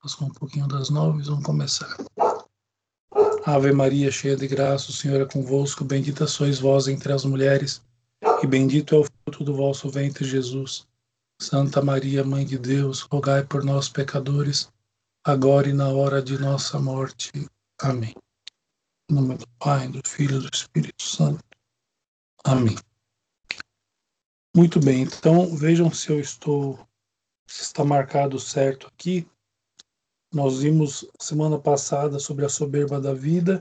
Mas com um pouquinho das 9, vamos começar. Ave Maria, cheia de graça, o Senhor é convosco, bendita sois vós entre as mulheres, e bendito é o fruto do vosso ventre, Jesus. Santa Maria, Mãe de Deus, rogai por nós, pecadores, agora e na hora de nossa morte. Amém. Em nome do Pai, do Filho e do Espírito Santo. Amém. Muito bem, então vejam se se está marcado certo aqui. Nós vimos semana passada sobre a soberba da vida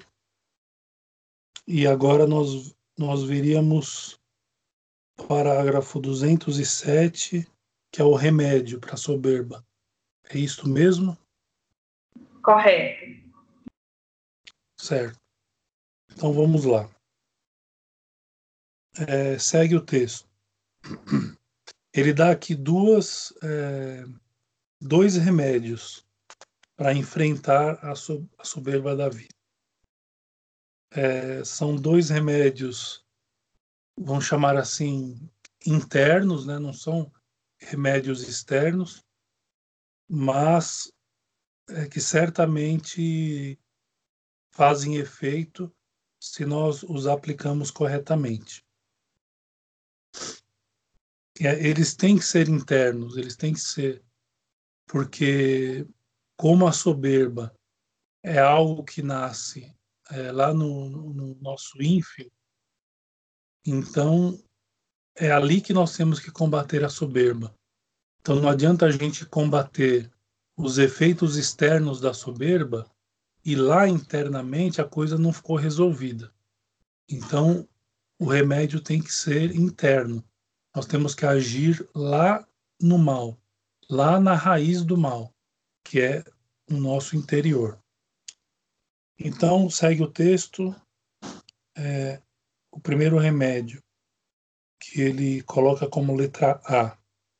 e agora nós veríamos o parágrafo 207, que é o remédio para a soberba. É isto mesmo? Correto. Certo. Então vamos lá. Segue o texto. Ele dá aqui dois remédios para enfrentar a soberba da vida. São dois remédios, vamos chamar assim, internos, né? Não são remédios externos, mas que certamente fazem efeito se nós os aplicamos corretamente. Eles têm que ser internos, eles têm que ser, porque como a soberba é algo que nasce lá no nosso ínfimo, então é ali que nós temos que combater a soberba. Então não adianta a gente combater os efeitos externos da soberba e lá internamente a coisa não ficou resolvida. Então o remédio tem que ser interno. Nós temos que agir lá no mal, lá na raiz do mal, que é o nosso interior. Então, segue o texto, o primeiro remédio, que ele coloca como letra A.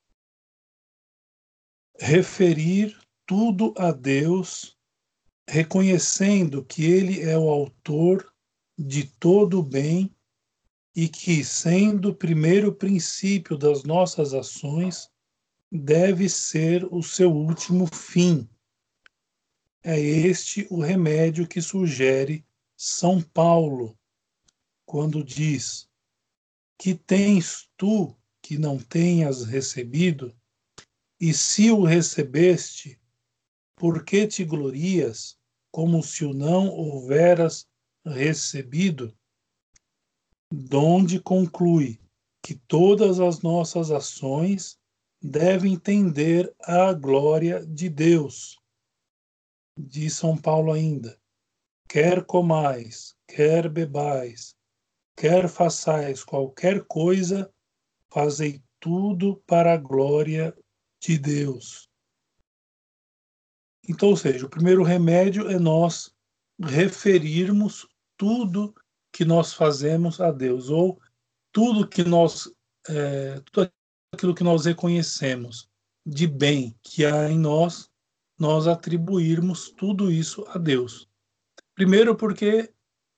Referir tudo a Deus, reconhecendo que Ele é o autor de todo o bem e que, sendo o primeiro princípio das nossas ações, deve ser o seu último fim. É este o remédio que sugere São Paulo, quando diz: que tens tu que não tenhas recebido? E se o recebeste, por que te glorias, como se o não houveras recebido? Donde conclui que todas as nossas ações devem tender à glória de Deus. Diz São Paulo ainda: quer comais, quer bebais, quer façais qualquer coisa, fazei tudo para a glória de Deus. Então, ou seja, o primeiro remédio é nós referirmos tudo que nós fazemos a Deus, ou tudo tudo aquilo que nós reconhecemos de bem que há em nós, nós atribuirmos tudo isso a Deus. Primeiro porque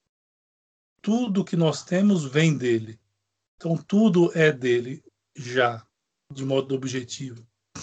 tudo que nós temos vem dele. Então tudo é dele já, de modo objetivo.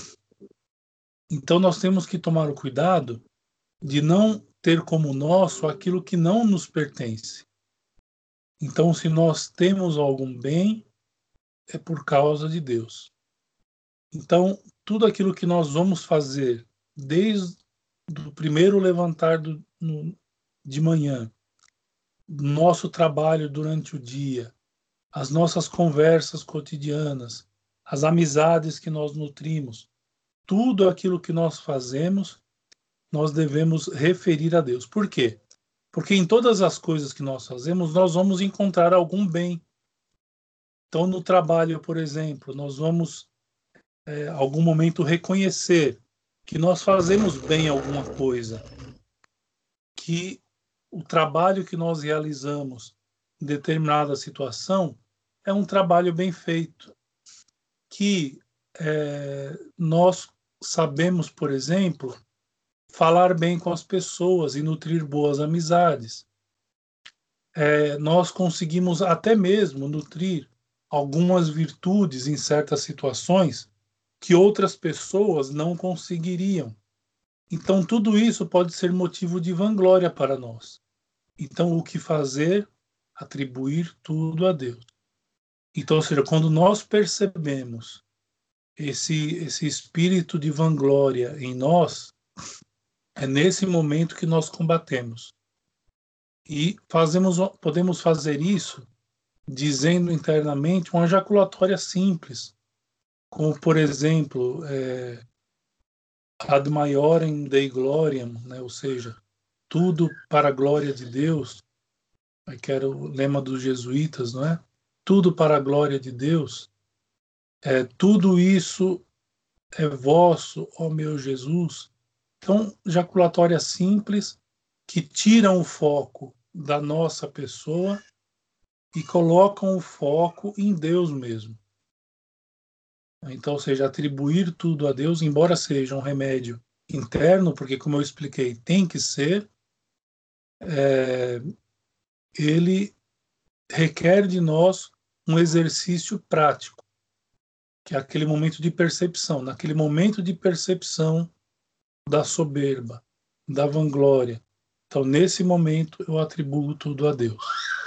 Então nós temos que tomar o cuidado de não ter como nosso aquilo que não nos pertence. Então, se nós temos algum bem, é por causa de Deus. Então, tudo aquilo que nós vamos fazer, desde o primeiro levantar de manhã, nosso trabalho durante o dia, as nossas conversas cotidianas, as amizades que nós nutrimos, tudo aquilo que nós fazemos, nós devemos referir a Deus. Por quê? Porque em todas as coisas que nós fazemos, nós vamos encontrar algum bem. Então, no trabalho, por exemplo, nós vamos, algum momento, reconhecer que nós fazemos bem alguma coisa, que o trabalho que nós realizamos em determinada situação é um trabalho bem feito, que nós sabemos, por exemplo, falar bem com as pessoas e nutrir boas amizades. Nós conseguimos até mesmo nutrir algumas virtudes em certas situações que outras pessoas não conseguiriam. Então, tudo isso pode ser motivo de vanglória para nós. Então, o que fazer? Atribuir tudo a Deus. Então, ou seja, quando nós percebemos esse espírito de vanglória em nós, é nesse momento que nós combatemos. E podemos fazer isso dizendo internamente uma jaculatória simples, como, por exemplo, ad maiorem Dei gloriam, né? Ou seja, tudo para a glória de Deus, que era o lema dos jesuítas, não é? Tudo para a glória de Deus, tudo isso é vosso, ó meu Jesus. Então, jaculatória simples que tiram o foco da nossa pessoa e colocam o foco em Deus mesmo. Então, ou seja, atribuir tudo a Deus, embora seja um remédio interno, porque, como eu expliquei, tem que ser, ele requer de nós um exercício prático, que é aquele momento de percepção. Naquele momento de percepção da soberba, da vanglória. Então, nesse momento, eu atribuo tudo a Deus.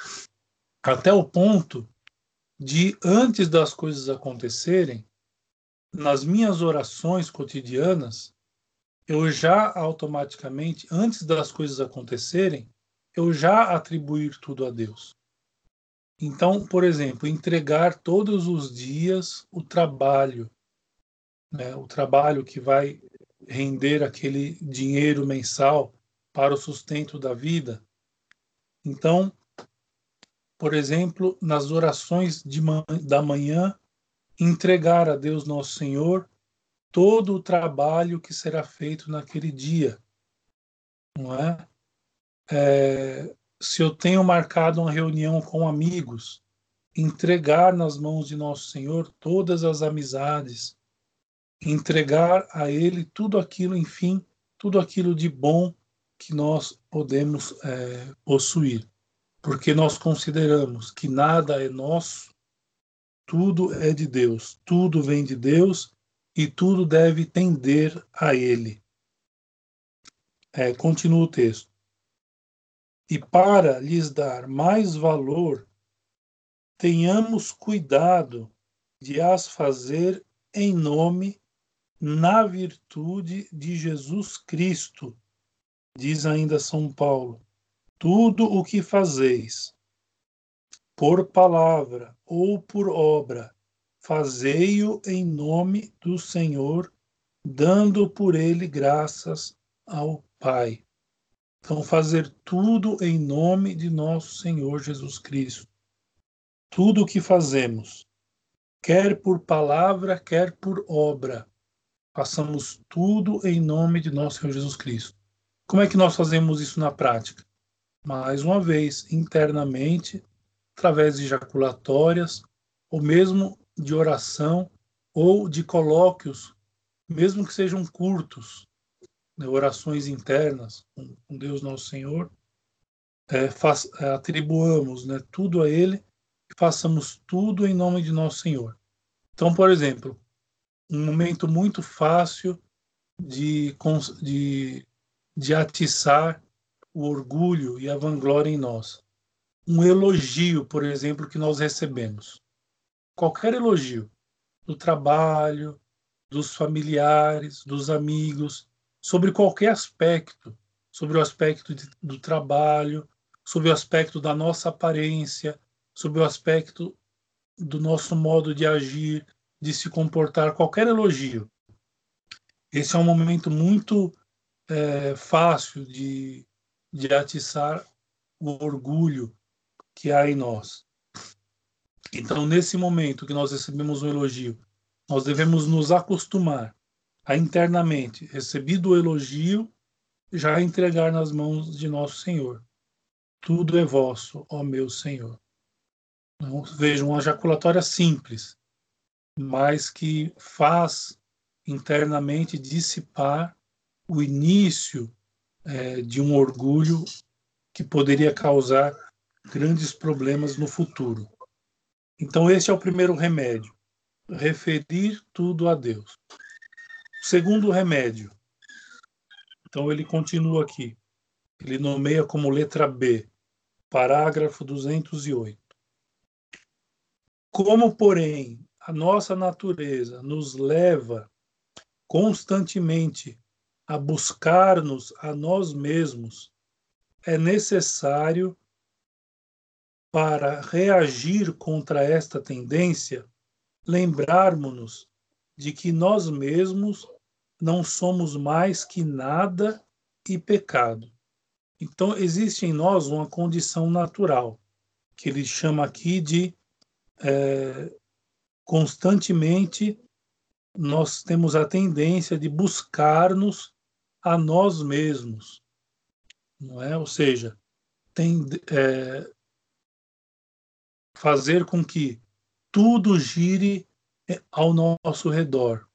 Até o ponto de, antes das coisas acontecerem, nas minhas orações cotidianas, eu já automaticamente, antes das coisas acontecerem, eu já atribuir tudo a Deus. Então, por exemplo, entregar todos os dias o trabalho, né, o trabalho que vai render aquele dinheiro mensal para o sustento da vida. Então, por exemplo, nas orações da manhã, entregar a Deus Nosso Senhor todo o trabalho que será feito naquele dia, não é? Se eu tenho marcado uma reunião com amigos, entregar nas mãos de Nosso Senhor todas as amizades, entregar a Ele tudo aquilo, enfim, tudo aquilo de bom que nós podemos possuir, porque nós consideramos que nada é nosso, tudo é de Deus, tudo vem de Deus e tudo deve tender a Ele. Continua o texto. E para lhes dar mais valor, tenhamos cuidado de as fazer em nome, na virtude de Jesus Cristo, diz ainda São Paulo. Tudo o que fazeis, por palavra ou por obra, fazei-o em nome do Senhor, dando por ele graças ao Pai. Então, fazer tudo em nome de nosso Senhor Jesus Cristo. Tudo o que fazemos, quer por palavra, quer por obra, façamos tudo em nome de nosso Senhor Jesus Cristo. Como é que nós fazemos isso na prática? Mais uma vez, internamente, através de jaculatórias, ou mesmo de oração, ou de colóquios, mesmo que sejam curtos, né, orações internas com Deus Nosso Senhor, atribuamos, né, tudo a Ele e façamos tudo em nome de Nosso Senhor. Então, por exemplo, um momento muito fácil de, de atiçar o orgulho e a vanglória em nós. Um elogio, por exemplo, que nós recebemos. Qualquer elogio do trabalho, dos familiares, dos amigos, sobre qualquer aspecto, sobre o aspecto do trabalho, sobre o aspecto da nossa aparência, sobre o aspecto do nosso modo de agir, de se comportar, qualquer elogio. Esse é um momento muito fácil de atiçar o orgulho que há em nós. Então, nesse momento que nós recebemos um elogio, nós devemos nos acostumar a internamente, recebido o elogio, já entregar nas mãos de nosso Senhor. Tudo é vosso, ó meu Senhor. Então, vejam, uma jaculatória simples, mas que faz internamente dissipar o início de um orgulho que poderia causar grandes problemas no futuro. Então, esse é o primeiro remédio, referir tudo a Deus. O segundo remédio, Então ele continua aqui. Ele nomeia como letra B, parágrafo 208. Como, porém, a nossa natureza nos leva constantemente a buscar-nos a nós mesmos, é necessário, para reagir contra esta tendência, lembrarmos-nos de que nós mesmos não somos mais que nada e pecado. Então, existe em nós uma condição natural, que ele chama aqui de constantemente nós temos a tendência de buscar-nos a nós mesmos, não é? Ou seja, tem fazer com que tudo gire ao nosso redor.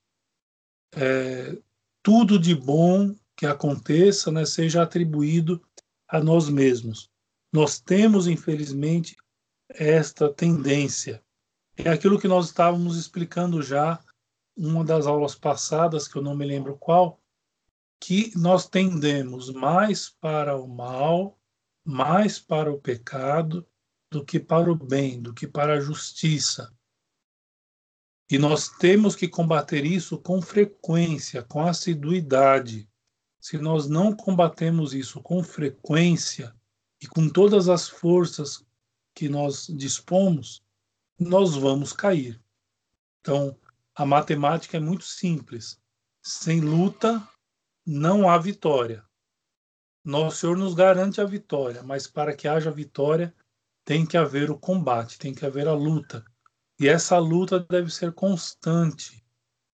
Tudo de bom que aconteça, né, seja atribuído a nós mesmos. Nós temos, infelizmente, esta tendência. É aquilo que nós estávamos explicando já em uma das aulas passadas, que eu não me lembro qual, que nós tendemos mais para o mal, mais para o pecado, do que para o bem, do que para a justiça. E nós temos que combater isso com frequência, com assiduidade. Se nós não combatemos isso com frequência e com todas as forças que nós dispomos, nós vamos cair. Então, a matemática é muito simples. Sem luta, não há vitória. Nosso Senhor nos garante a vitória, mas para que haja vitória, tem que haver o combate, tem que haver a luta. E essa luta deve ser constante.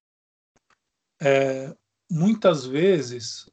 Muitas vezes,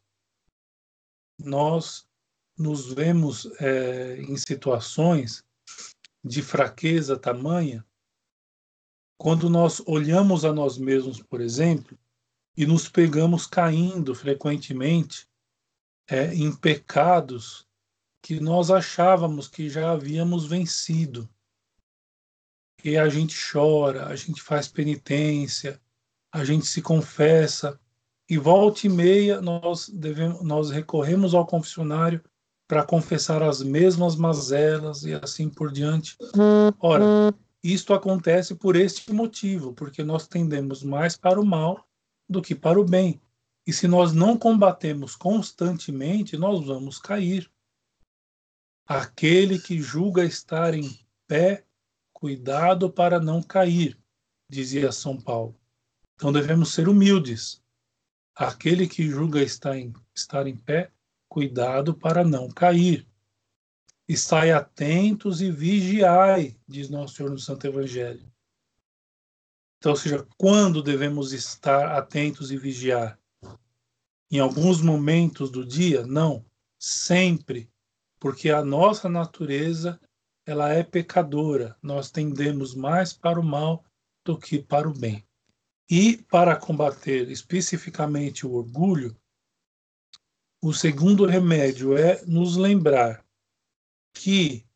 nós nos vemos em situações de fraqueza tamanha, quando nós olhamos a nós mesmos, por exemplo, e nos pegamos caindo frequentemente em pecados que nós achávamos que já havíamos vencido. E a gente chora, a gente faz penitência, a gente se confessa, e volta e meia nós recorremos ao confessionário para confessar as mesmas mazelas e assim por diante. Ora, isto acontece por este motivo, porque nós tendemos mais para o mal do que para o bem. E se nós não combatemos constantemente, nós vamos cair. Aquele que julga estar em pé, cuidado para não cair, dizia São Paulo. Então devemos ser humildes. Aquele que julga estar em pé, cuidado para não cair. Estai atentos e vigiai, diz Nosso Senhor no Santo Evangelho. Então, ou seja, quando devemos estar atentos e vigiar? Em alguns momentos do dia? Não, sempre, porque a nossa natureza ela é pecadora. Nós tendemos mais para o mal do que para o bem. E para combater especificamente o orgulho, o segundo remédio é nos lembrar que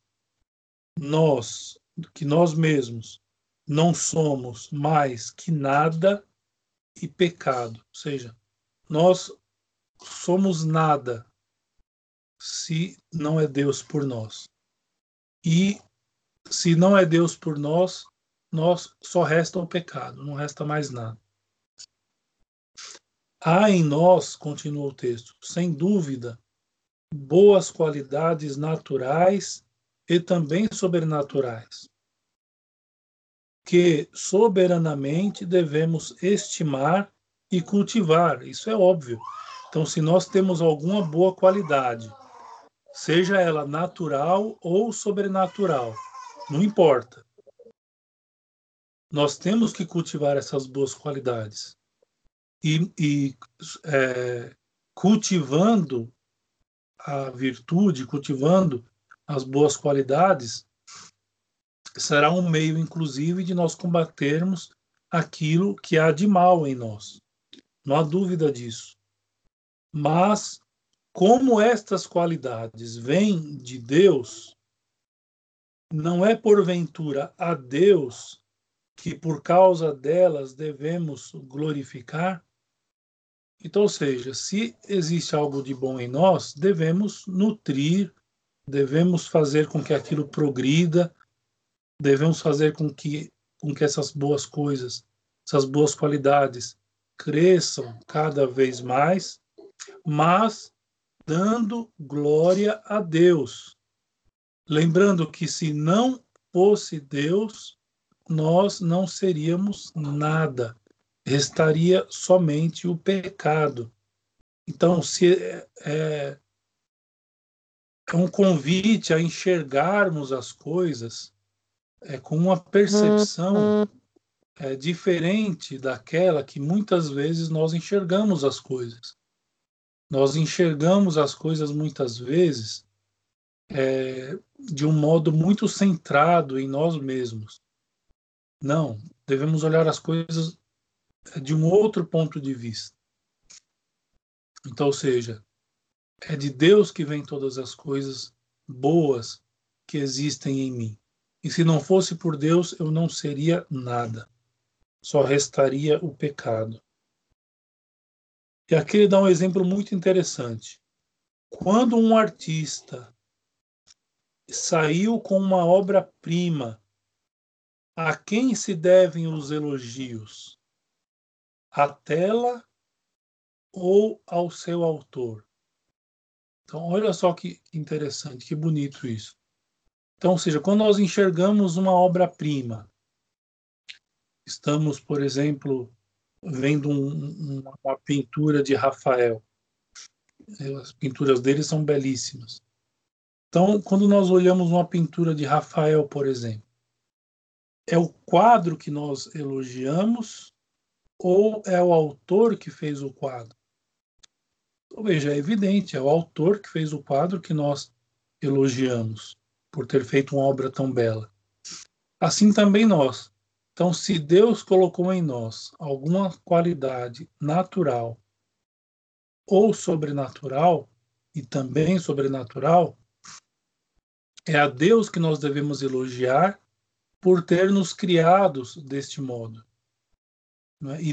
nós mesmos não somos mais que nada e pecado. Ou seja, nós somos nada se não é Deus por nós. E se não é Deus por nós, só resta o pecado, não resta mais nada. Há em nós, continua o texto, sem dúvida, boas qualidades naturais e também sobrenaturais, que soberanamente devemos estimar e cultivar. Isso é óbvio. Então, se nós temos alguma boa qualidade, seja ela natural ou sobrenatural, não importa. Nós temos que cultivar essas boas qualidades. E cultivando a virtude, cultivando as boas qualidades, será um meio, inclusive, de nós combatermos aquilo que há de mal em nós. Não há dúvida disso. Mas, como estas qualidades vêm de Deus, não é porventura a Deus que por causa delas devemos glorificar? Então, ou seja, se existe algo de bom em nós, devemos nutrir, devemos fazer com que aquilo progrida, devemos fazer com que essas boas coisas, essas boas qualidades cresçam cada vez mais, mas dando glória a Deus. Lembrando que se não fosse Deus, nós não seríamos nada. Restaria somente o pecado. Então, se é um convite a enxergarmos as coisas com uma percepção diferente daquela que muitas vezes nós enxergamos as coisas. Nós enxergamos as coisas muitas vezes de um modo muito centrado em nós mesmos. Não, devemos olhar as coisas de um outro ponto de vista. Então, ou seja, é de Deus que vêm todas as coisas boas que existem em mim. E se não fosse por Deus, eu não seria nada. Só restaria o pecado. E aqui ele dá um exemplo muito interessante. Quando um artista saiu com uma obra-prima, a quem se devem os elogios? À tela ou ao seu autor? Então, olha só que interessante, que bonito isso. Então, ou seja, quando nós enxergamos uma obra-prima, estamos, por exemplo, vendo uma pintura de Rafael. As pinturas dele são belíssimas. Então, quando nós olhamos uma pintura de Rafael, por exemplo, é o quadro que nós elogiamos ou é o autor que fez o quadro? Então, veja, é evidente, é o autor que fez o quadro que nós elogiamos por ter feito uma obra tão bela. Assim também nós. Então, se Deus colocou em nós alguma qualidade natural ou sobrenatural, e também sobrenatural, é a Deus que nós devemos elogiar por ter nos criados deste modo. Não é?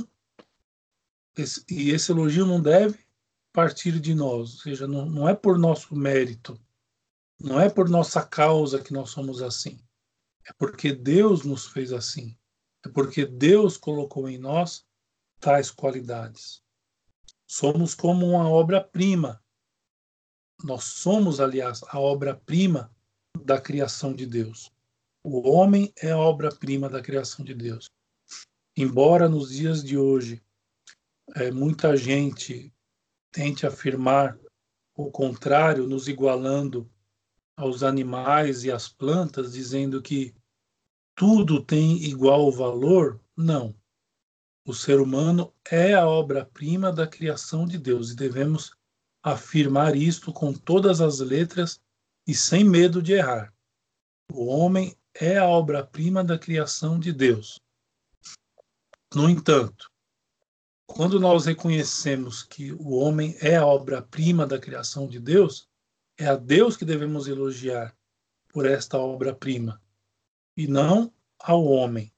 E esse elogio não deve partir de nós, ou seja, não é por nosso mérito, não é por nossa causa que nós somos assim. É porque Deus nos fez assim. É porque Deus colocou em nós tais qualidades. Somos como uma obra-prima. Nós somos, aliás, a obra-prima da criação de Deus. O homem é a obra-prima da criação de Deus. Embora nos dias de hoje muita gente tente afirmar o contrário, nos igualando aos animais e às plantas, dizendo que tudo tem igual valor, não. O ser humano é a obra-prima da criação de Deus e devemos afirmar isto com todas as letras e sem medo de errar. O homem é a obra-prima da criação de Deus. No entanto, quando nós reconhecemos que o homem é a obra-prima da criação de Deus, é a Deus que devemos elogiar por esta obra-prima e não ao homem.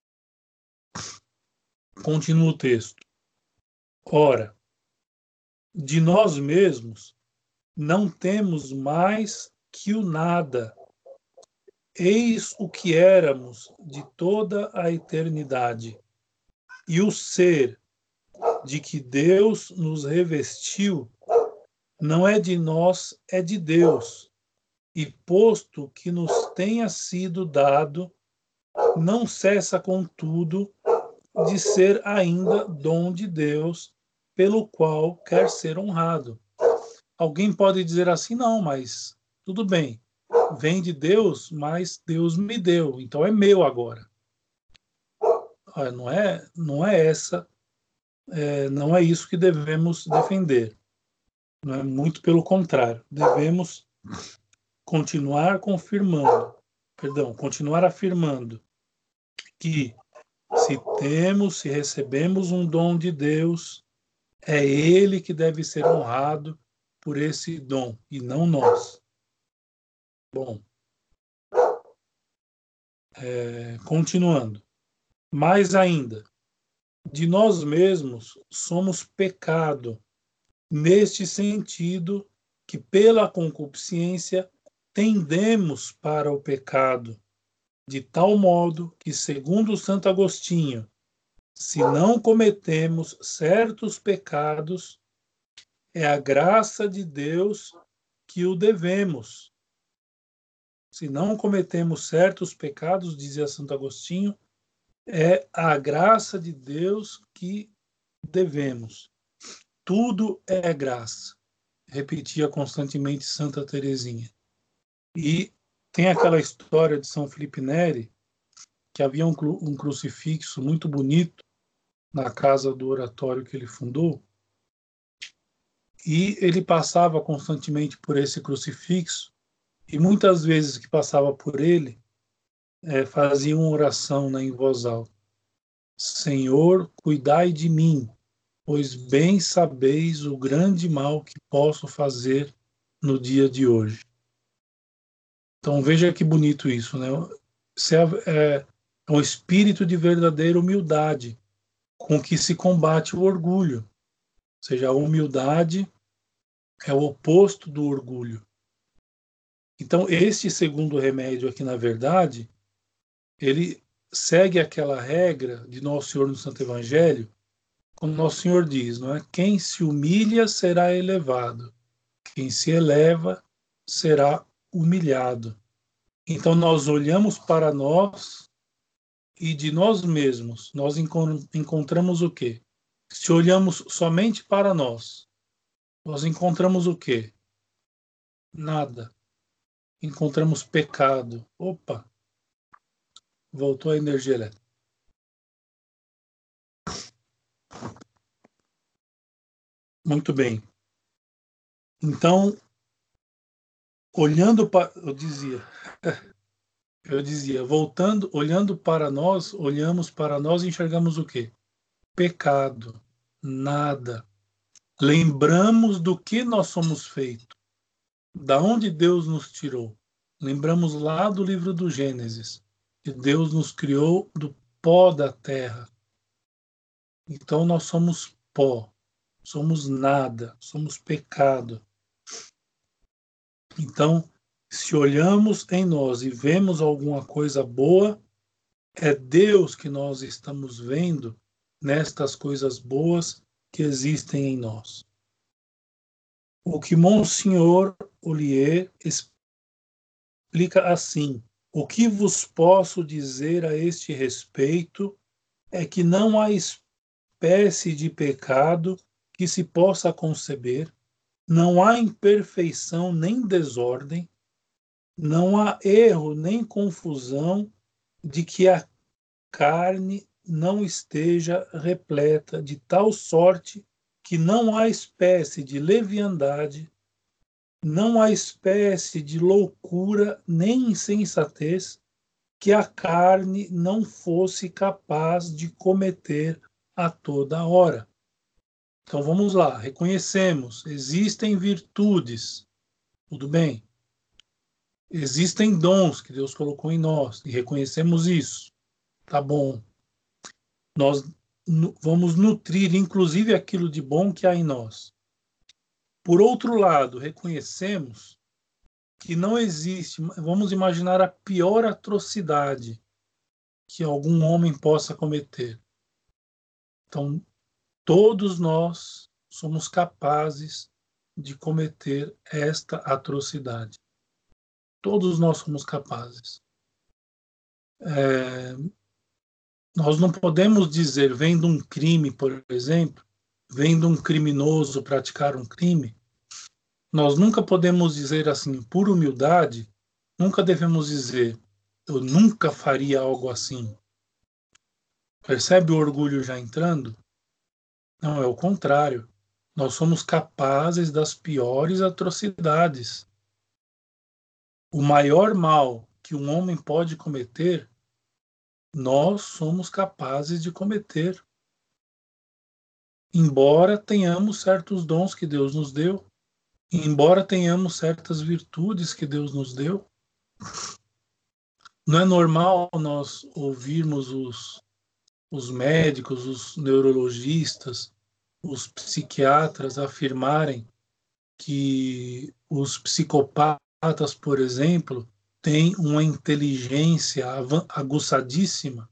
Continua o texto. Ora, de nós mesmos não temos mais que o nada. Eis o que éramos de toda a eternidade. E o ser de que Deus nos revestiu não é de nós, é de Deus. E posto que nos tenha sido dado, não cessa, contudo, de ser ainda dom de Deus, pelo qual quer ser honrado. Alguém pode dizer assim, não, mas tudo bem, vem de Deus, mas Deus me deu, então é meu agora. Não é isso que devemos defender. Não é muito pelo contrário. Devemos continuar afirmando que se recebemos um dom de Deus, é Ele que deve ser honrado por esse dom e não nós. Bom, continuando. Mais ainda, de nós mesmos somos pecado, neste sentido que pela concupiscência tendemos para o pecado, de tal modo que, segundo Santo Agostinho, se não cometemos certos pecados, é a graça de Deus que o devemos. Se não cometemos certos pecados, dizia Santo Agostinho, é a graça de Deus que devemos. Tudo é graça, repetia constantemente Santa Teresinha. E tem aquela história de São Felipe Neri, que havia um crucifixo muito bonito na casa do oratório que ele fundou, e ele passava constantemente por esse crucifixo, e muitas vezes que passava por ele, fazia uma oração, né, em voz alta. Senhor, cuidai de mim, pois bem sabeis o grande mal que posso fazer no dia de hoje. Então veja que bonito isso, né? Isso é um espírito de verdadeira humildade, com que se combate o orgulho. Ou seja, a humildade é o oposto do orgulho. Então, este segundo remédio aqui, na verdade, ele segue aquela regra de Nosso Senhor no Santo Evangelho, quando Nosso Senhor diz, não é? Quem se humilha será elevado, quem se eleva será humilhado. Então, nós olhamos para nós e de nós mesmos, nós encontramos o quê? Se olhamos somente para nós encontramos o quê? Nada. Encontramos pecado. Opa, voltou a energia elétrica. Muito bem. Então, olhando para, eu dizia, voltando, olhando para nós, olhamos para nós e enxergamos o quê? Pecado, nada. Lembramos do que nós somos feitos, da onde Deus nos tirou. Lembramos lá do livro do Gênesis, que Deus nos criou do pó da terra. Então nós somos pó, somos nada, somos pecado. Então, se olhamos em nós e vemos alguma coisa boa, é Deus que nós estamos vendo nestas coisas boas que existem em nós. O que Monsenhor Ollier explica assim: o que vos posso dizer a este respeito é que não há espécie de pecado que se possa conceber, não há imperfeição nem desordem, não há erro nem confusão de que a carne não esteja repleta de tal sorte que não há espécie de leviandade, não há espécie de loucura nem insensatez que a carne não fosse capaz de cometer a toda hora. Então vamos lá, reconhecemos, existem virtudes, tudo bem. Existem dons que Deus colocou em nós e reconhecemos isso, tá bom. Nós vamos nutrir, inclusive, aquilo de bom que há em nós. Por outro lado, reconhecemos que não existe, vamos imaginar a pior atrocidade que algum homem possa cometer. Então, todos nós somos capazes de cometer esta atrocidade. Todos nós somos capazes. Nós não podemos dizer, vendo um crime, por exemplo, vendo um criminoso praticar um crime, nós nunca podemos dizer assim, por humildade, nunca devemos dizer, eu nunca faria algo assim. Percebe o orgulho já entrando? Não, é o contrário. Nós somos capazes das piores atrocidades. O maior mal que um homem pode cometer, nós somos capazes de cometer. Embora tenhamos certos dons que Deus nos deu, embora tenhamos certas virtudes que Deus nos deu, não é normal nós ouvirmos os médicos, os neurologistas, os psiquiatras afirmarem que os psicopatas, por exemplo, têm uma inteligência aguçadíssima.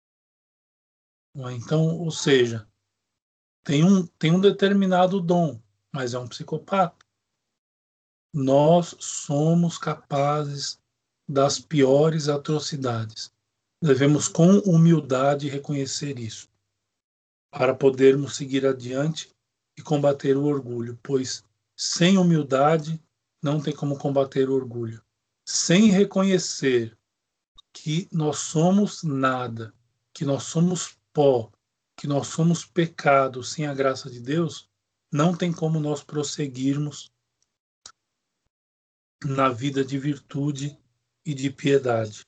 Então, ou seja, tem um determinado dom, mas é um psicopata. Nós somos capazes das piores atrocidades. Devemos, com humildade, reconhecer isso, para podermos seguir adiante e combater o orgulho, pois sem humildade não tem como combater o orgulho. Sem reconhecer que nós somos nada, que nós somos pó, que nós somos pecado sem a graça de Deus, não tem como nós prosseguirmos na vida de virtude e de piedade.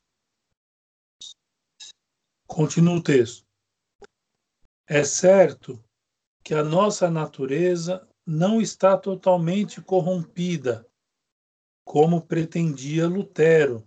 Continua o texto. É certo que a nossa natureza não está totalmente corrompida, como pretendia Lutero.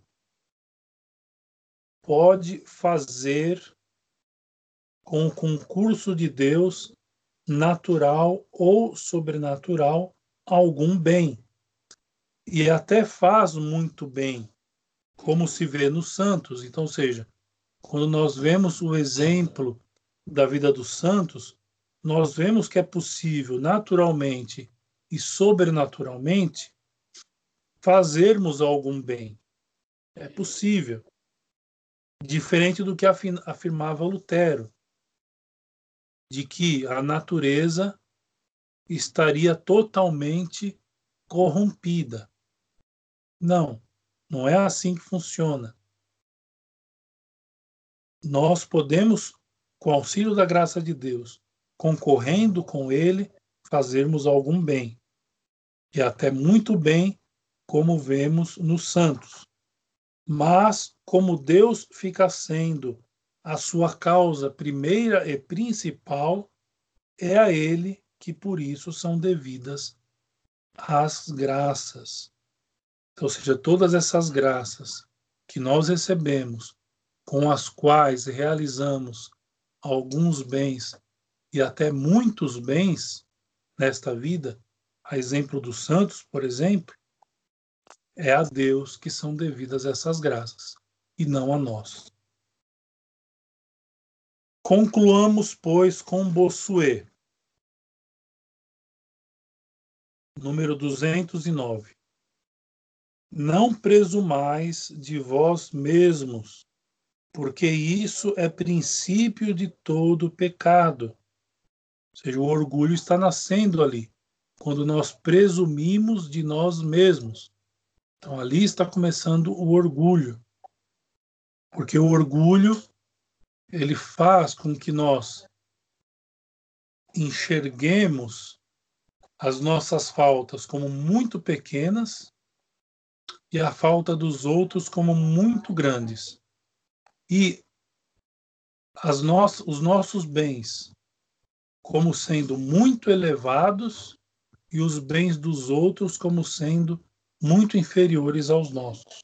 Pode fazer com o concurso de Deus, natural ou sobrenatural, algum bem. E até faz muito bem, como se vê nos santos. Então, ou seja, quando nós vemos o exemplo da vida dos santos, nós vemos que é possível, naturalmente e sobrenaturalmente, fazermos algum bem. É possível. Diferente do que afirmava Lutero, de que a natureza estaria totalmente corrompida. Não, não é assim que funciona. Nós podemos, com o auxílio da graça de Deus, concorrendo com Ele, fazermos algum bem. E até muito bem, como vemos nos santos. Mas, como Deus fica sendo a sua causa primeira e principal, é a Ele que por isso são devidas as graças. Ou seja, todas essas graças que nós recebemos, com as quais realizamos alguns bens e até muitos bens nesta vida, a exemplo dos santos, por exemplo, é a Deus que são devidas essas graças e não a nós. Concluamos, pois, com Bossuet, número 209. Não presumais de vós mesmos, porque isso é princípio de todo pecado. Ou seja, o orgulho está nascendo ali, quando nós presumimos de nós mesmos. Então ali está começando o orgulho, porque o orgulho ele faz com que nós enxerguemos as nossas faltas como muito pequenas e a falta dos outros como muito grandes. E os nossos bens como sendo muito elevados e os bens dos outros como sendo muito inferiores aos nossos.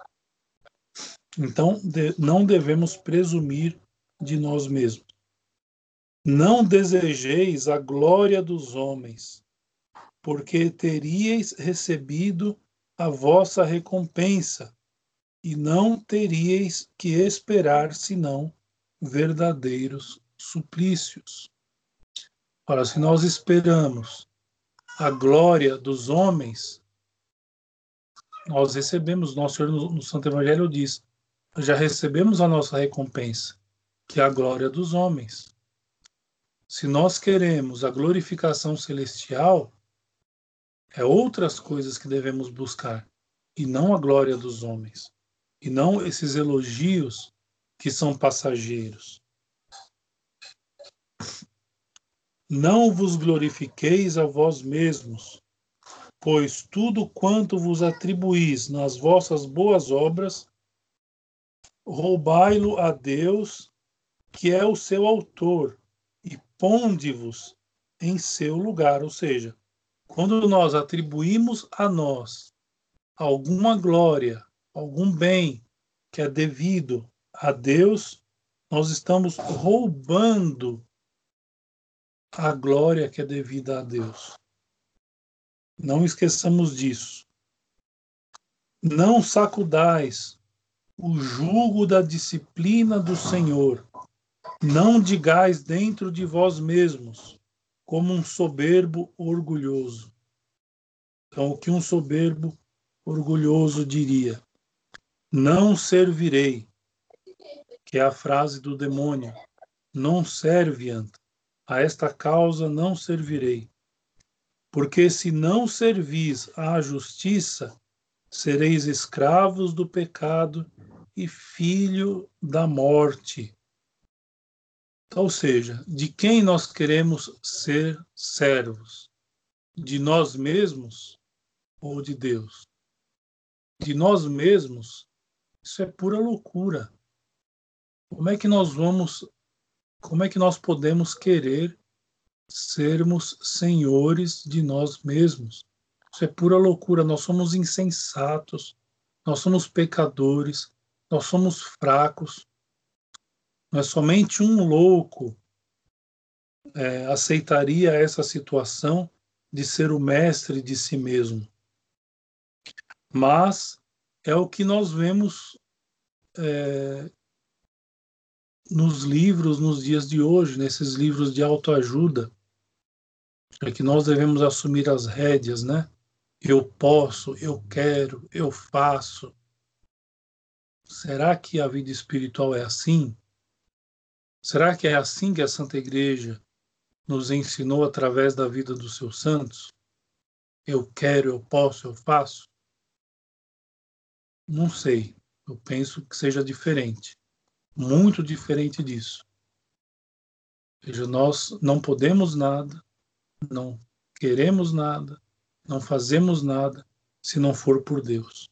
Então, não devemos presumir de nós mesmos. Não desejeis a glória dos homens, porque teríeis recebido a vossa recompensa, e não teríeis que esperar senão verdadeiros suplícios. Ora, se nós esperamos a glória dos homens, nós recebemos, nosso Senhor no Santo Evangelho diz, já recebemos a nossa recompensa, que é a glória dos homens. Se nós queremos a glorificação celestial, é outras coisas que devemos buscar, e não a glória dos homens, e não esses elogios que são passageiros. Não vos glorifiqueis a vós mesmos, pois tudo quanto vos atribuís nas vossas boas obras, roubai-lo a Deus, que é o seu autor, e ponde-vos em seu lugar. Ou seja, quando nós atribuímos a nós alguma glória, algum bem que é devido a Deus, nós estamos roubando a glória que é devida a Deus. Não esqueçamos disso. Não sacudais o jugo da disciplina do Senhor. Não digais dentro de vós mesmos, como um soberbo orgulhoso. Então, o que um soberbo orgulhoso diria? Não servirei, que é a frase do demônio. Non serviant. A esta causa não servirei. Porque se não servis à justiça, sereis escravos do pecado e filho da morte. Ou seja, de quem nós queremos ser servos? De nós mesmos ou de Deus? De nós mesmos, isso é pura loucura. Como é que nós podemos querer sermos senhores de nós mesmos? Isso é pura loucura. Nós somos insensatos, nós somos pecadores, nós somos fracos. Não é somente um louco aceitaria essa situação de ser o mestre de si mesmo. Mas é o que nós vemos nos livros, nos dias de hoje, nesses livros de autoajuda, é que nós devemos assumir as rédeas, né? Eu posso, eu quero, eu faço. Será que a vida espiritual é assim? Será que é assim que a Santa Igreja nos ensinou através da vida dos seus santos? Eu quero, eu posso, eu faço? Não sei. Eu penso que seja diferente. Muito diferente disso. Ou seja, nós não podemos nada, não queremos nada, não fazemos nada se não for por Deus.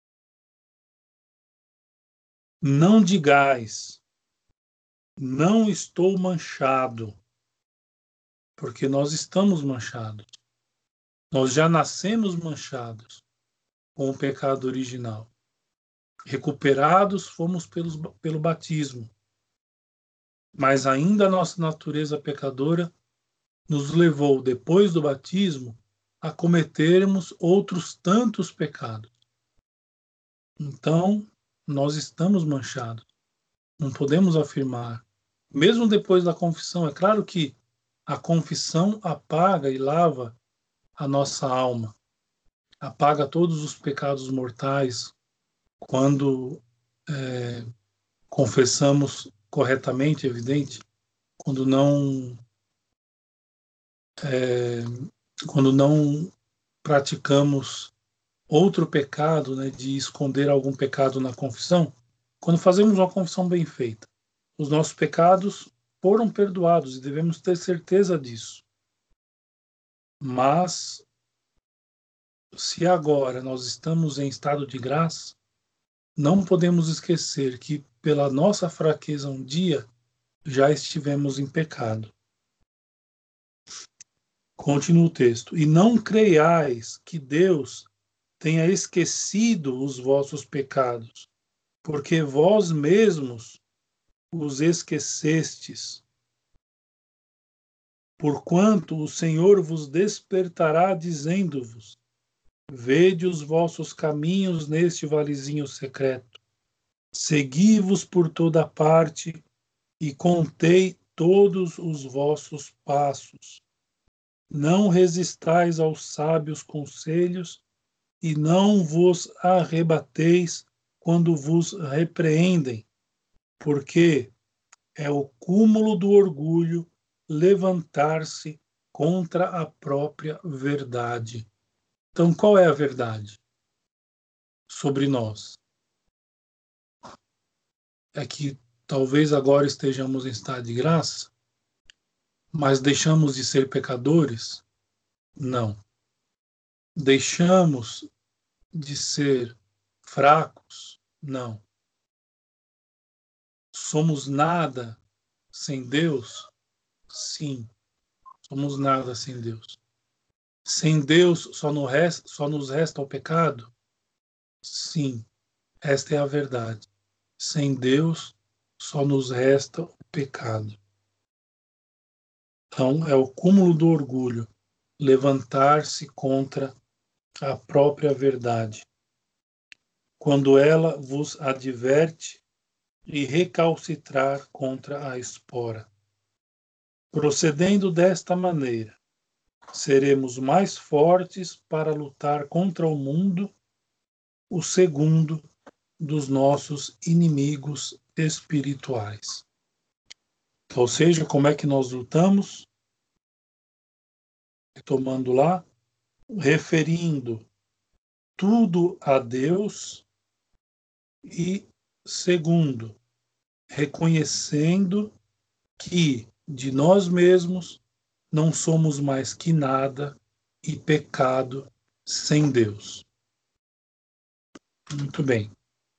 Não digais, não estou manchado, porque nós estamos manchados. Nós já nascemos manchados com o pecado original. Recuperados fomos pelo batismo, mas ainda a nossa natureza pecadora nos levou, depois do batismo, a cometermos outros tantos pecados. Então, nós estamos manchados. Não podemos afirmar. Mesmo depois da confissão, é claro que a confissão apaga e lava a nossa alma, apaga todos os pecados mortais quando confessamos corretamente, evidente, quando não quando não praticamos outro pecado, né, de esconder algum pecado na confissão, quando fazemos uma confissão bem feita, os nossos pecados foram perdoados e devemos ter certeza disso. Mas, se agora nós estamos em estado de graça, não podemos esquecer que, pela nossa fraqueza um dia, já estivemos em pecado. Continua o texto. E não creiais que Deus tenha esquecido os vossos pecados, porque vós mesmos os esquecestes. Porquanto o Senhor vos despertará, dizendo-vos: vede os vossos caminhos neste valezinho secreto. Segui-vos por toda parte e contei todos os vossos passos. Não resistais aos sábios conselhos e não vos arrebateis quando vos repreendem, porque é o cúmulo do orgulho levantar-se contra a própria verdade. Então, qual é a verdade sobre nós? É que talvez agora estejamos em estado de graça, mas deixamos de ser pecadores? Não. Deixamos de ser fracos? Não. Somos nada sem Deus? Sim, somos nada sem Deus. Sem Deus só nos resta o pecado? Sim, esta é a verdade. Sem Deus só nos resta o pecado. Então, é o cúmulo do orgulho, levantar-se contra a própria verdade, quando ela vos adverte e recalcitrar contra a espora. Procedendo desta maneira, seremos mais fortes para lutar contra o mundo, o segundo dos nossos inimigos espirituais. Ou seja, como é que nós lutamos? Tomando lá, referindo tudo a Deus e, segundo, reconhecendo que de nós mesmos não somos mais que nada e pecado sem Deus. Muito bem.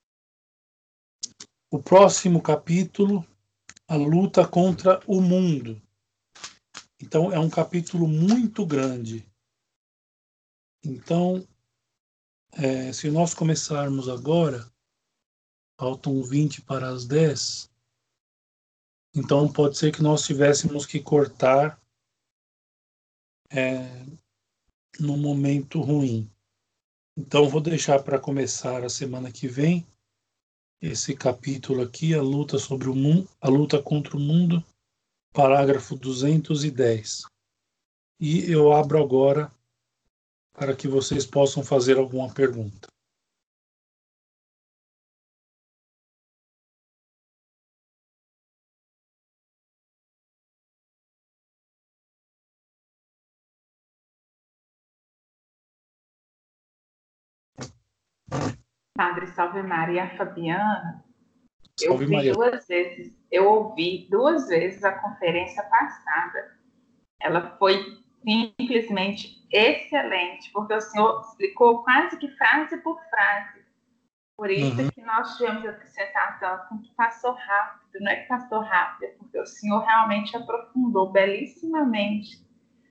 O próximo capítulo, a luta contra o mundo. Então, é um capítulo muito grande. Então, se nós começarmos agora, faltam 20 para as 10, então pode ser que nós tivéssemos que cortar num momento ruim. Então, vou deixar para começar a semana que vem esse capítulo aqui, a luta sobre o mundo, a luta contra o mundo, parágrafo 210. E eu abro agora para que vocês possam fazer alguma pergunta. Padre Salve Maria, Fabiana, Salve Maria. eu ouvi duas vezes a conferência passada. Ela foi simplesmente excelente, porque o senhor explicou quase que frase por frase. Por isso que nós tivemos a sensação que passou rápido. Não é que passou rápido, é porque o senhor realmente aprofundou belíssimamente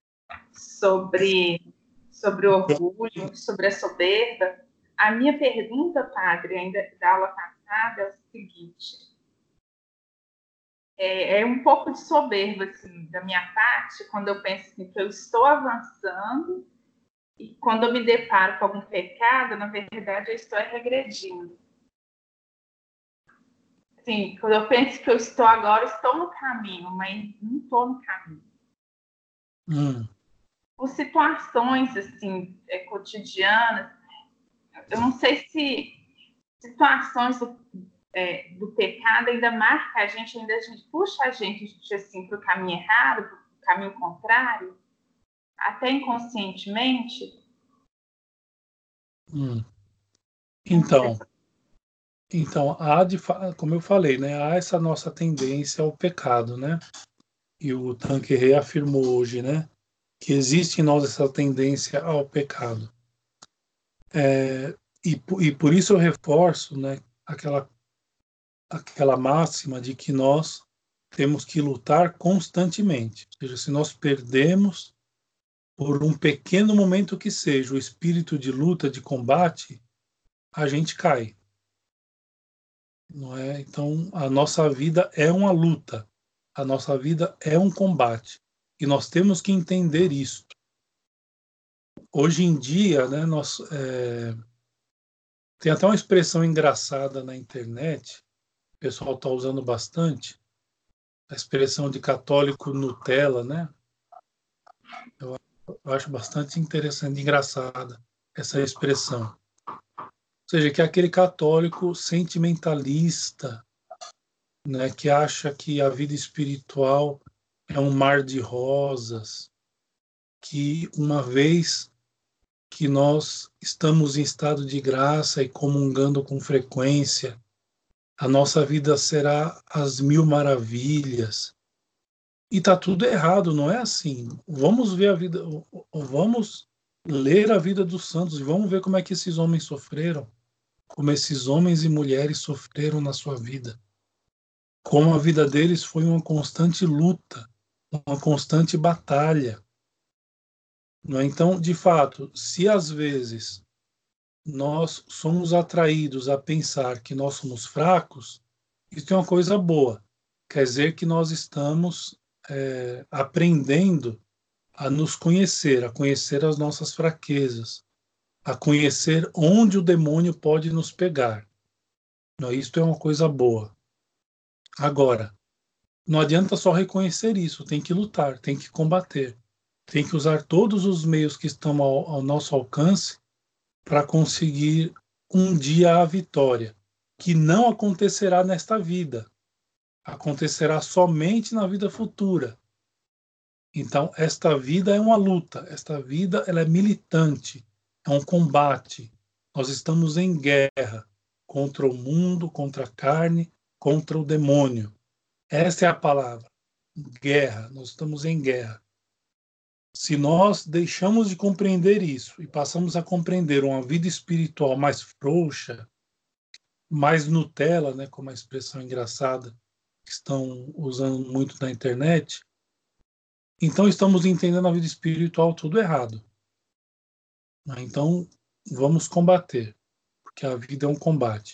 sobre o orgulho, sobre a soberba. A minha pergunta, padre, ainda da aula passada, é o seguinte: é um pouco de soberba assim, da minha parte, quando eu penso assim, que eu estou avançando e quando eu me deparo com algum pecado, na verdade, eu estou regredindo. Assim, quando eu penso que eu estou agora, estou no caminho, mas não estou no caminho. Por situações assim, cotidianas, eu não sei se situações do pecado ainda marca a gente puxa a gente assim, para o caminho errado, para o caminho contrário, até inconscientemente. Então como eu falei, né, há essa nossa tendência ao pecado, né? E o Tanque reafirmou hoje, né, que existe em nós essa tendência ao pecado. E por isso eu reforço, né, aquela máxima de que nós temos que lutar constantemente. Ou seja, se nós perdemos, por um pequeno momento que seja, o espírito de luta, de combate, a gente cai. Não é? Então, a nossa vida é uma luta. A nossa vida é um combate. E nós temos que entender isso. Hoje em dia, né, tem até uma expressão engraçada na internet, o pessoal está usando bastante, a expressão de católico Nutella, né? Eu acho bastante interessante, engraçada essa expressão. Ou seja, que é aquele católico sentimentalista, né, que acha que a vida espiritual é um mar de rosas, que uma vez que nós estamos em estado de graça e comungando com frequência, a nossa vida será às mil maravilhas. E está tudo errado, não é assim. Vamos ver a vida, vamos ler a vida dos santos e vamos ver como é que esses homens sofreram, como esses homens e mulheres sofreram na sua vida, como a vida deles foi uma constante luta, uma constante batalha. Não é? Então, de fato, se às vezes nós somos atraídos a pensar que nós somos fracos, Isso é uma coisa boa. Quer dizer que nós estamos aprendendo a nos conhecer, a conhecer as nossas fraquezas, a conhecer onde o demônio pode nos pegar. Não, isto é uma coisa boa. Agora, não adianta só reconhecer isso, tem que lutar, tem que combater, tem que usar todos os meios que estão ao nosso alcance para conseguir um dia a vitória, que não acontecerá nesta vida, acontecerá somente na vida futura. Então, esta vida é uma luta, esta vida ela é militante, é um combate. Nós estamos em guerra contra o mundo, contra a carne, contra o demônio. Essa é a palavra, guerra. Nós estamos em guerra. Se nós deixamos de compreender isso e passamos a compreender uma vida espiritual mais frouxa, mais Nutella, né, como a expressão engraçada que estão usando muito na internet, então estamos entendendo a vida espiritual tudo errado. Então vamos combater, porque a vida é um combate.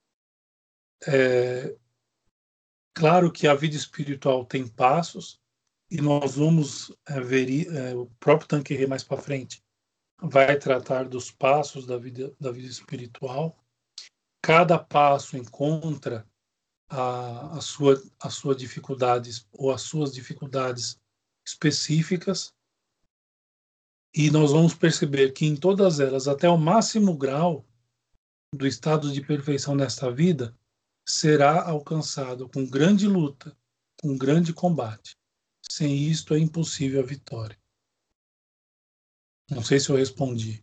É claro que a vida espiritual tem passos e nós vamos ver o próprio Tanqueray mais para frente vai tratar dos passos da vida espiritual. Cada passo encontra a sua dificuldades ou as suas dificuldades específicas e nós vamos perceber que em todas elas, até o máximo grau do estado de perfeição nesta vida, será alcançado com grande luta, com grande combate. Sem isto é impossível a vitória. Não sei se eu respondi.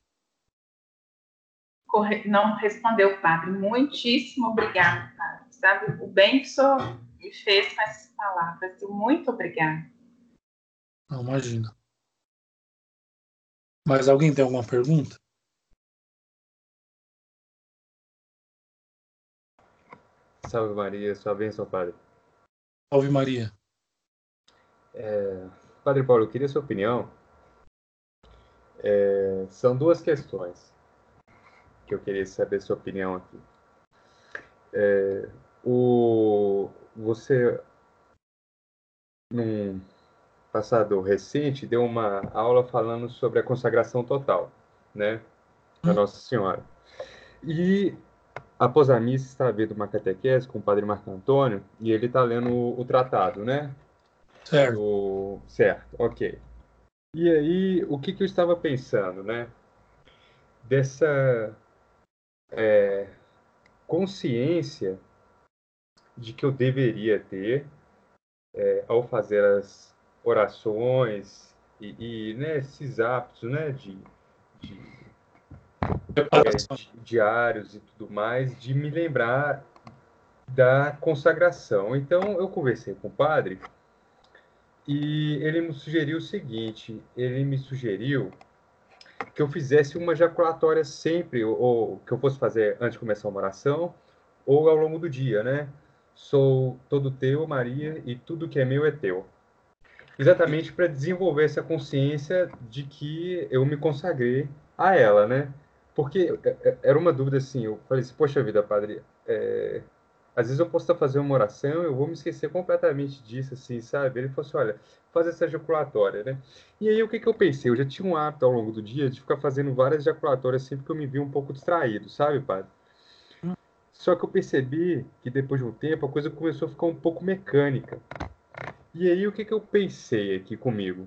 Não respondeu, padre. Muitíssimo obrigado, padre. Sabe o bem que o senhor me fez com essas palavras. Muito obrigada. Não, imagina. Mas alguém tem alguma pergunta? Salve Maria, sua bênção, padre. Salve Maria. Padre Paulo, eu queria sua opinião. São duas questões que eu queria saber sua opinião aqui. Você, num passado recente, deu uma aula falando sobre a consagração total, né, da Nossa Senhora. E após a missa, está havendo uma catequese com o padre Marco Antônio, e ele está lendo o tratado, né? Certo. Certo, ok. E aí, o que eu estava pensando, né? Dessa consciência de que eu deveria ter ao fazer as orações né, esses hábitos, né, de Preparação. diários e tudo mais, de me lembrar da consagração. Então, eu conversei com o padre e ele me sugeriu o seguinte, ele me sugeriu que eu fizesse uma jaculatória sempre, ou que eu fosse fazer antes de começar uma oração, ou ao longo do dia, né? Sou todo teu, Maria, e tudo que é meu é teu. Exatamente para desenvolver essa consciência de que eu me consagrei a ela, né? Porque era uma dúvida assim, eu falei assim, poxa vida, padre, às vezes eu posso estar fazendo uma oração, eu vou me esquecer completamente disso, assim, sabe? Ele falou assim, olha, faz essa ejaculatória, né? E aí o que eu pensei? Eu já tinha um hábito ao longo do dia de ficar fazendo várias ejaculatórias sempre que eu me vi um pouco distraído, sabe, padre? Só que eu percebi que depois de um tempo a coisa começou a ficar um pouco mecânica. E aí o que eu pensei aqui comigo?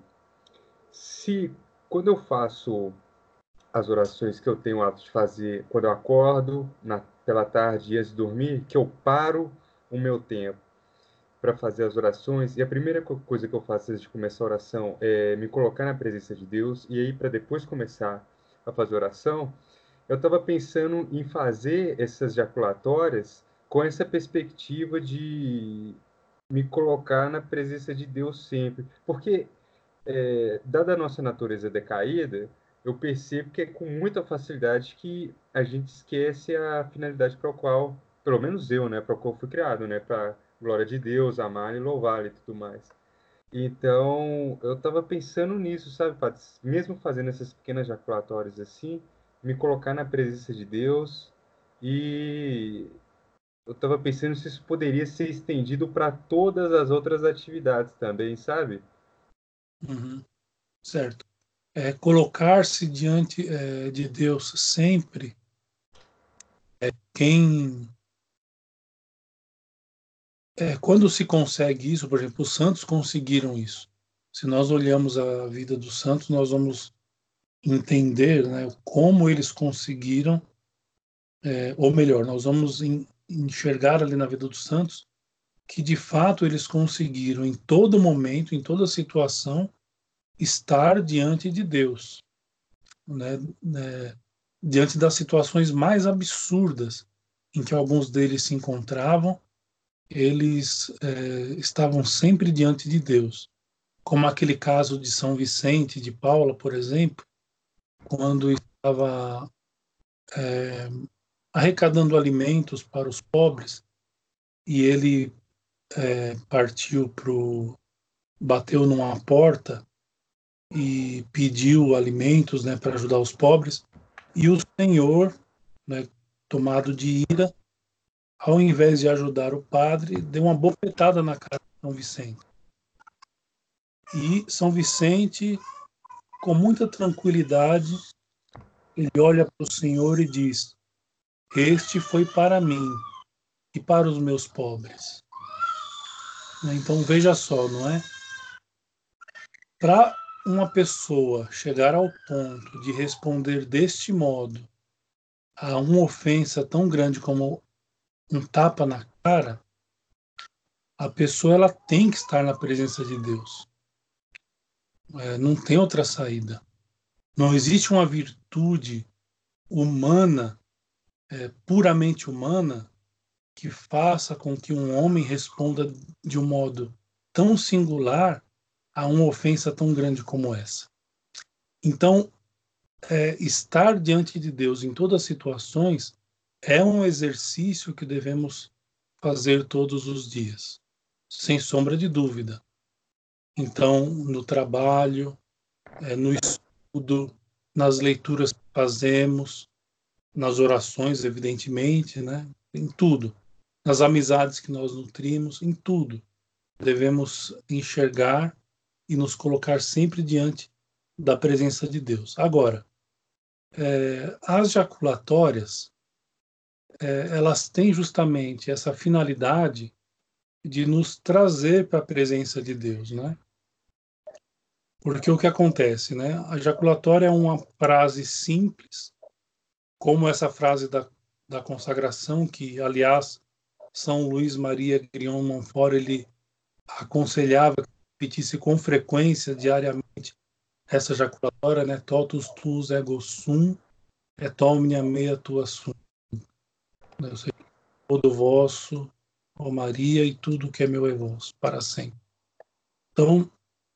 Se quando eu faço as orações que eu tenho o hábito de fazer quando eu acordo, pela tarde e antes de dormir, que eu paro o meu tempo para fazer as orações, e a primeira coisa que eu faço antes de começar a oração é me colocar na presença de Deus, e aí para depois começar a fazer oração, eu estava pensando em fazer essas jaculatórias com essa perspectiva de me colocar na presença de Deus sempre, porque dada a nossa natureza decaída, eu percebo que é com muita facilidade que a gente esquece a finalidade para a qual, pelo menos eu, né, para a qual fui criado, né, para glória de Deus, amar e louvar e tudo mais. Então, eu estava pensando nisso, sabe, Pat? Mesmo fazendo essas pequenas jaculatórias assim, me colocar na presença de Deus e eu estava pensando se isso poderia ser estendido para todas as outras atividades também, sabe? Uhum. Certo. Colocar-se diante de Deus sempre, quem quando se consegue isso, por exemplo, os santos conseguiram isso. Se nós olhamos a vida dos santos, nós vamos entender, né, como eles conseguiram, ou melhor, nós vamos enxergar ali na vida dos santos que de fato eles conseguiram em todo momento, em toda situação, estar diante de Deus, né, diante das situações mais absurdas em que alguns deles se encontravam, eles estavam sempre diante de Deus. Como aquele caso de São Vicente de Paula, por exemplo, quando estava arrecadando alimentos para os pobres e ele partiu bateu numa porta e pediu alimentos, né, para ajudar os pobres, e o Senhor, né, tomado de ira, ao invés de ajudar o padre, deu uma bofetada na cara de São Vicente. E São Vicente, com muita tranquilidade, ele olha para o Senhor e diz: Este foi para mim e para os meus pobres. Então veja só, não é? Para uma pessoa chegar ao ponto de responder deste modo a uma ofensa tão grande como um tapa na cara, a pessoa ela tem que estar na presença de Deus. Não tem outra saída. Não existe uma virtude humana, puramente humana, que faça com que um homem responda de um modo tão singular a uma ofensa tão grande como essa. Então, estar diante de Deus em todas as situações é um exercício que devemos fazer todos os dias, sem sombra de dúvida. Então, no trabalho, no estudo, nas leituras que fazemos, nas orações, evidentemente, né? Em tudo. Nas amizades que nós nutrimos, em tudo. Devemos enxergar e nos colocar sempre diante da presença de Deus. Agora, as jaculatórias, elas têm justamente essa finalidade de nos trazer para a presença de Deus, né? Porque o que acontece, né? A jaculatória é uma frase simples, como essa frase da consagração, que, aliás, São Luís Maria Grignon Montfort, ele aconselhava que repetisse com frequência, diariamente, essa jaculatória, né? Totus tuus ego sum, et omnia mea tua sum. Eu sei todo vosso, ó Maria, e tudo que é meu é vosso, para sempre. Então,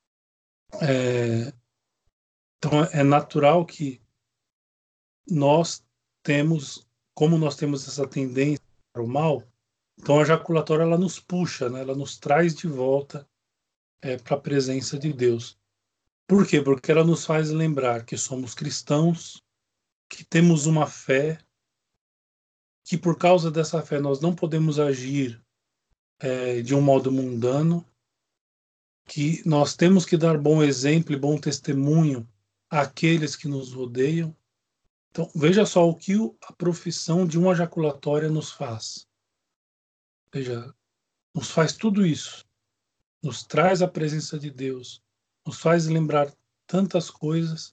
é, então é natural que nós temos, como nós temos essa tendência para o mal, então a jaculatória ela nos puxa, né? Ela nos traz de volta para a presença de Deus. Por quê? Porque ela nos faz lembrar que somos cristãos, que temos uma fé, que por causa dessa fé nós não podemos agir de um modo mundano, que nós temos que dar bom exemplo e bom testemunho àqueles que nos rodeiam. Então, veja só o que a profissão de uma jaculatória nos faz. Veja, nos faz tudo isso. Nos traz a presença de Deus, nos faz lembrar tantas coisas,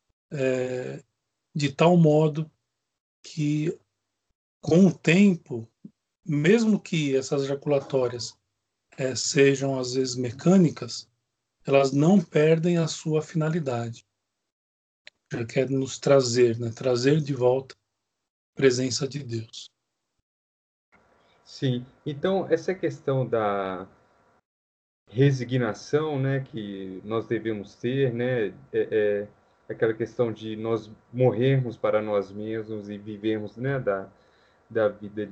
de tal modo que, com o tempo, mesmo que essas jaculatórias sejam às vezes mecânicas, elas não perdem a sua finalidade. Já quer nos trazer, né? Trazer de volta a presença de Deus. Sim. Então, essa questão da resignação, né, que nós devemos ter, né, aquela questão de nós morrermos para nós mesmos e vivermos, né, da vida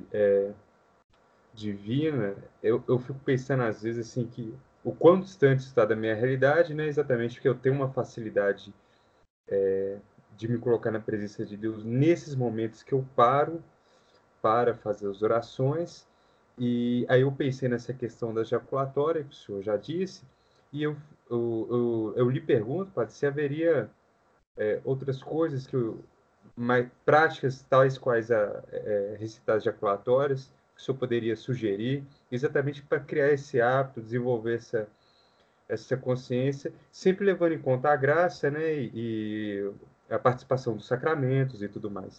divina. Eu fico pensando às vezes assim que o quão distante está da minha realidade, né, exatamente porque eu tenho uma facilidade de me colocar na presença de Deus nesses momentos que eu paro para fazer as orações, E aí eu pensei nessa questão da ejaculatória, que o senhor já disse, e eu lhe pergunto, padre, se haveria outras coisas mais práticas, tais quais recitar ejaculatórias, que o senhor poderia sugerir, exatamente para criar esse hábito, desenvolver essa consciência, sempre levando em conta a graça, né, e a participação dos sacramentos e tudo mais.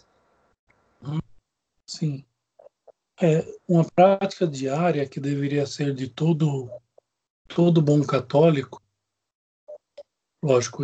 Sim. É uma prática diária que deveria ser de todo bom católico, lógico,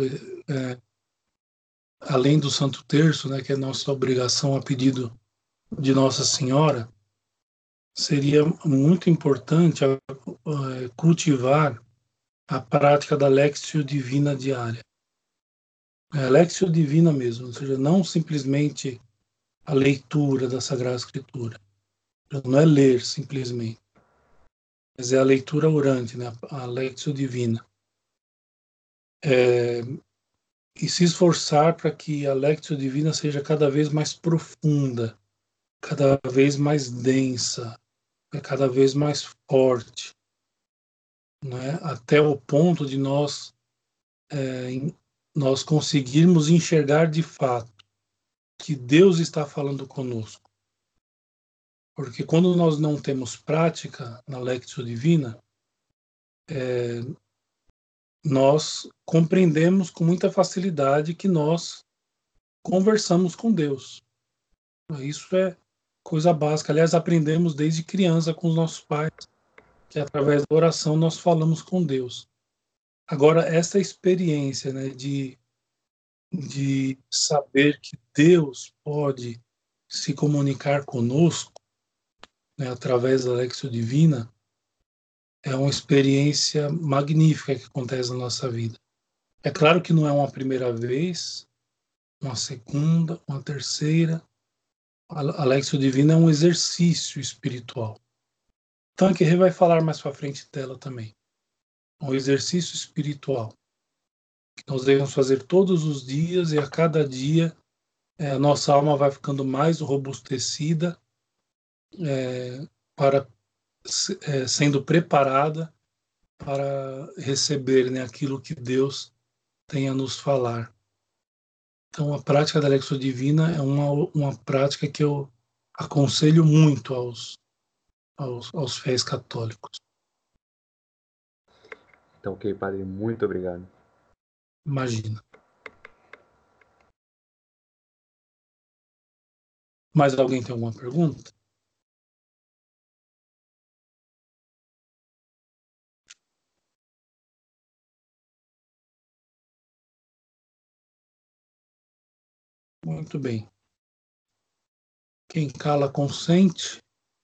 além do Santo Terço, né, que é nossa obrigação a pedido de Nossa Senhora, seria muito importante cultivar a prática da Lectio Divina diária. A Lectio Divina mesmo, ou seja, não simplesmente a leitura da Sagrada Escritura. Não é ler simplesmente, mas é a leitura orante, né? A Lectio Divina. E se esforçar para que a Lectio Divina seja cada vez mais profunda, cada vez mais densa, cada vez mais forte, né? Até o ponto de nós conseguirmos enxergar de fato que Deus está falando conosco. Porque quando nós não temos prática na Lectio Divina, nós compreendemos com muita facilidade que nós conversamos com Deus. Isso é coisa básica. Aliás, aprendemos desde criança com os nossos pais, que através da oração nós falamos com Deus. Agora, essa experiência, né, de saber que Deus pode se comunicar conosco, né, através da Lectio Divina, é uma experiência magnífica que acontece na nossa vida. É claro que não é uma primeira vez, uma segunda, uma terceira. A Lectio Divina é um exercício espiritual. Então, a Querê vai falar mais para frente dela também. É um exercício espiritual que nós devemos fazer todos os dias, e a cada dia a nossa alma vai ficando mais robustecida, para sendo preparada para receber, né, aquilo que Deus tem a nos falar. Então, a prática da Lectio Divina é uma prática que eu aconselho muito aos fiéis católicos. Então, ok, padre, muito obrigado. Imagina. Mais alguém tem alguma pergunta? Muito bem. Quem cala consente.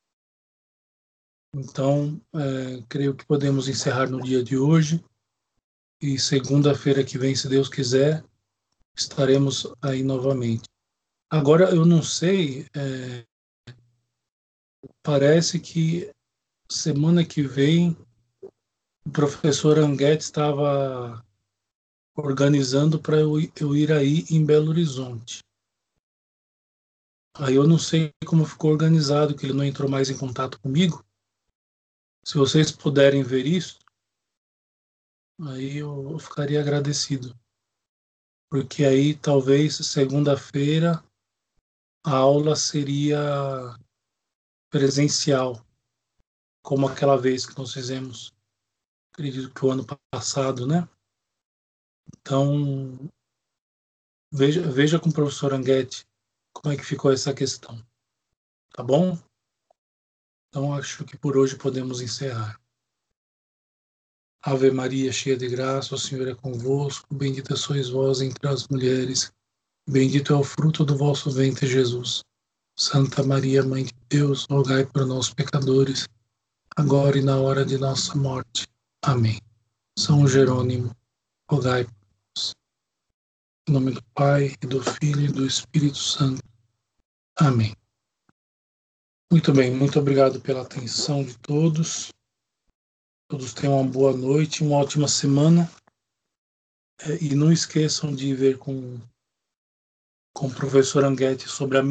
Então, creio que podemos encerrar no dia de hoje. E segunda-feira que vem, se Deus quiser, estaremos aí novamente. Agora, eu não sei, parece que semana que vem o professor Anguete estava organizando para eu ir aí em Belo Horizonte. Aí eu não sei como ficou organizado, que ele não entrou mais em contato comigo. Se vocês puderem ver isso, aí eu ficaria agradecido. Porque aí talvez segunda-feira a aula seria presencial, como aquela vez que nós fizemos, acredito que o ano passado, né? Então, veja com o professor Anguete como é que ficou essa questão. Tá bom? Então, acho que por hoje podemos encerrar. Ave Maria, cheia de graça, o Senhor é convosco. Bendita sois vós entre as mulheres. Bendito é o fruto do vosso ventre, Jesus. Santa Maria, Mãe de Deus, rogai por nós, pecadores, agora e na hora de nossa morte. Amém. São Jerônimo, rogai por nós. Em nome do Pai, e do Filho e do Espírito Santo. Amém. Muito bem, muito obrigado pela atenção de todos. Todos tenham uma boa noite, uma ótima semana. E não esqueçam de ver com o professor Anguete sobre a